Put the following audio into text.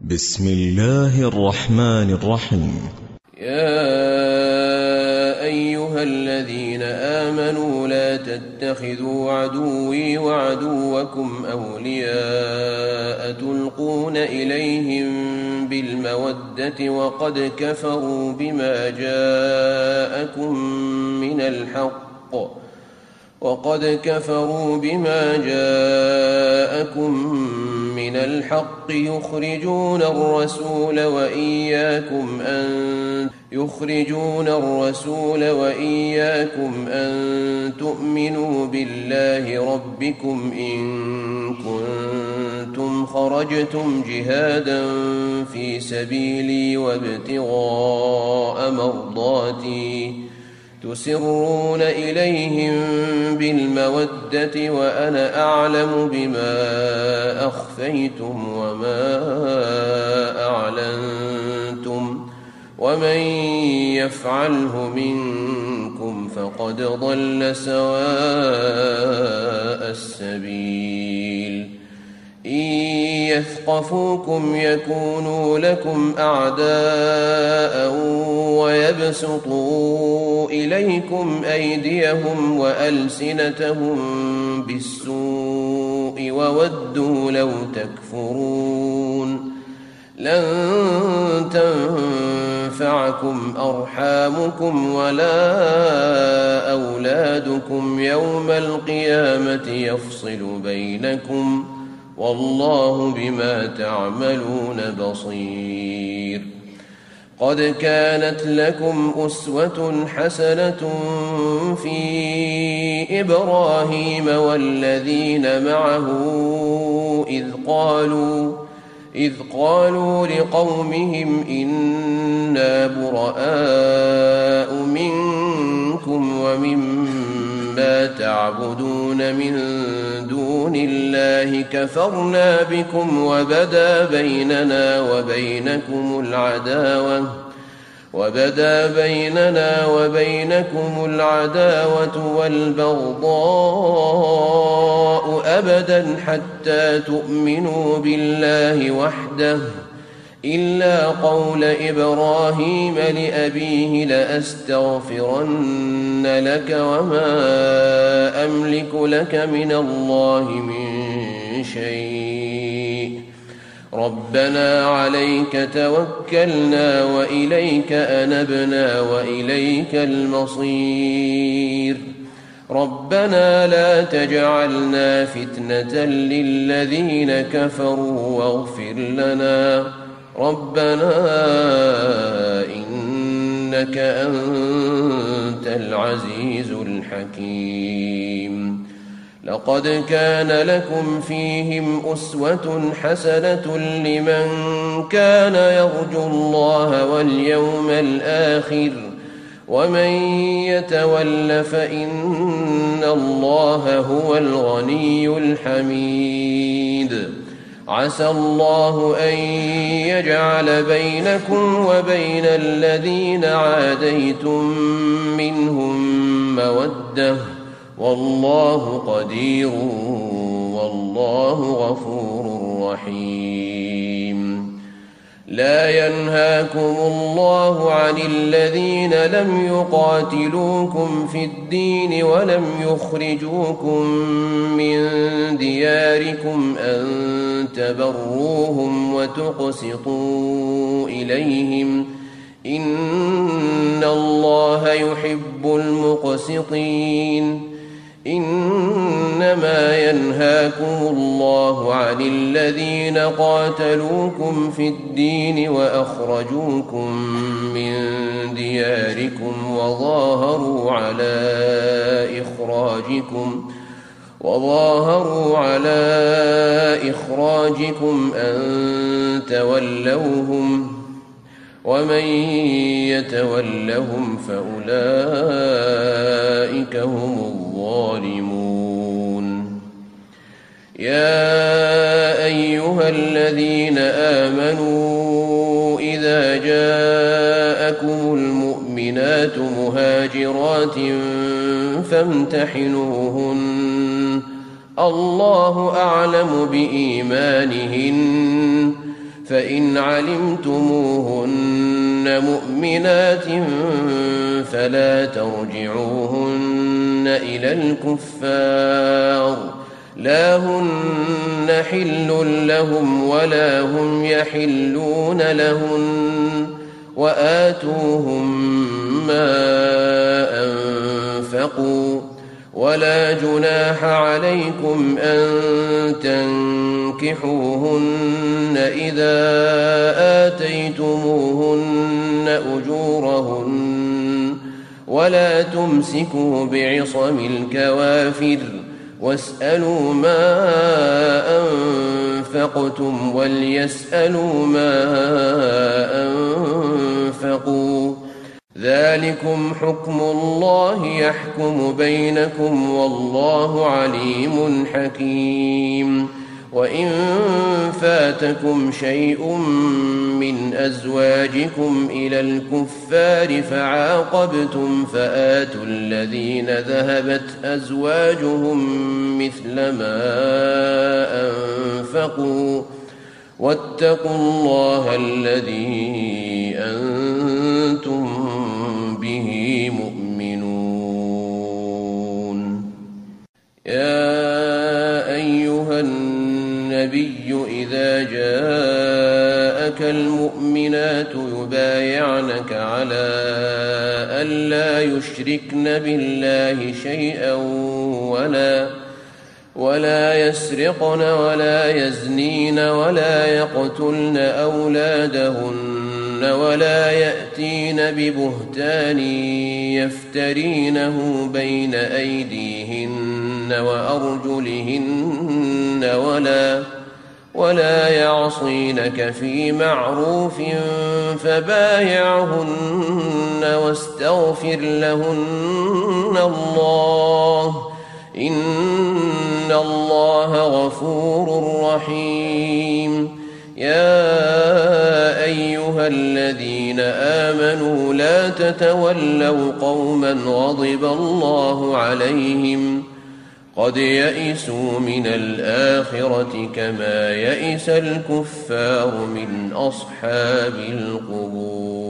بسم الله الرحمن الرحيم. يا أيها الذين آمنوا لا تتخذوا عدوي وعدوكم أولياء تلقون إليهم بالمودة وقد كفروا بما جاءكم من الحق يخرجون الرسول وإياكم أن تؤمنوا بالله ربكم إن كنتم خرجتم جهادا في سبيلي وابتغاء مرضاتي تسرون إليهم بالمودة وأنا أعلم بما أخفيتم وما أعلنتم ومن يفعله منكم فقد ضل سواء السبيل. إن يثقفوكم يكونوا لكم أعداء ويبسطوا إليكم أيديهم وألسنتهم بالسوء وودوا لو تكفرون. لن تنفعكم أرحامكم ولا أولادكم يوم القيامة يفصل بينكم والله بما تعملون بصير. قد كانت لكم أسوة حسنة في إبراهيم والذين معه إذ قالوا لقومهم إنا براء منكم ومما تعبدون من دون الله كفرنا بكم وبدا بيننا وبينكم العداوة والبغضاء أبدا حتى تؤمنوا بالله وحده إلا قول إبراهيم لأبيه لأستغفرن لك وما أملك لك من الله من شيء ربنا عليك توكلنا وإليك أنبنا وإليك المصير. ربنا لا تجعلنا فتنة للذين كفروا واغفر لنا ربنا إنك أنت العزيز الحكيم. لقد كان لكم فيهم أسوة حسنة لمن كان يرجو الله واليوم الآخر ومن يتول فإن الله هو الغني الحميد. عسى الله أن يجعل بينكم وبين الذين عاديتم منهم مودة والله قدير والله غفور رحيم. لا ينهاكم الله عن الذين لم يقاتلوكم في الدين ولم يخرجوكم من دياركم أن تبروهم وتقسطوا إليهم إن الله يحب المقسطين. إنما ينهاكم الله عن الذين قاتلوكم في الدين وأخرجوكم من دياركم وظاهروا على إخراجكم أن تولوهم ومن يتولهم فأولئك هم الظالمون. يا أيها الذين آمنوا إذا جاءكم المؤمنات مهاجرات فامتحنوهن الله أعلم بإيمانهن فإن علمتموهن مؤمنات فلا ترجعوهن إلى الكفار لا هن حل لهم ولا هم يحلون لهن وآتوهم ما أنفقوا ولا جناح عليكم أن تنكحوهن إذا آتيتموهن أجورهن ولا تمسكوا بعصم الكوافر واسألوا ما أنفقتم وليسألوا ما أنفقوا ذلكم حكم الله يحكم بينكم والله عليم حكيم وإن فاتكم شيء من أزواجكم إلى الكفار فعاقبتم فآتوا الذين ذهبت أزواجهم مثل ما أنفقوا واتقوا الله الذي أنتم به مؤمنون يا أيها النبي إذا جاءك المؤمنات يبايعنك على ألا يشركن بالله شيئا ولا يسرقن ولا يزنين ولا يقتلن أولادهن ولا يأتين ببهتان يفترينه بين أيديهن وأرجلهن ولا يعصينك في معروف فبايعهن واستغفر لهن الله إن الله غفور رحيم يا أيها الذين آمنوا لا تتولوا قوما غضب الله عليهم قد يئسوا من الآخرة كما يئس الكفار من أصحاب القبور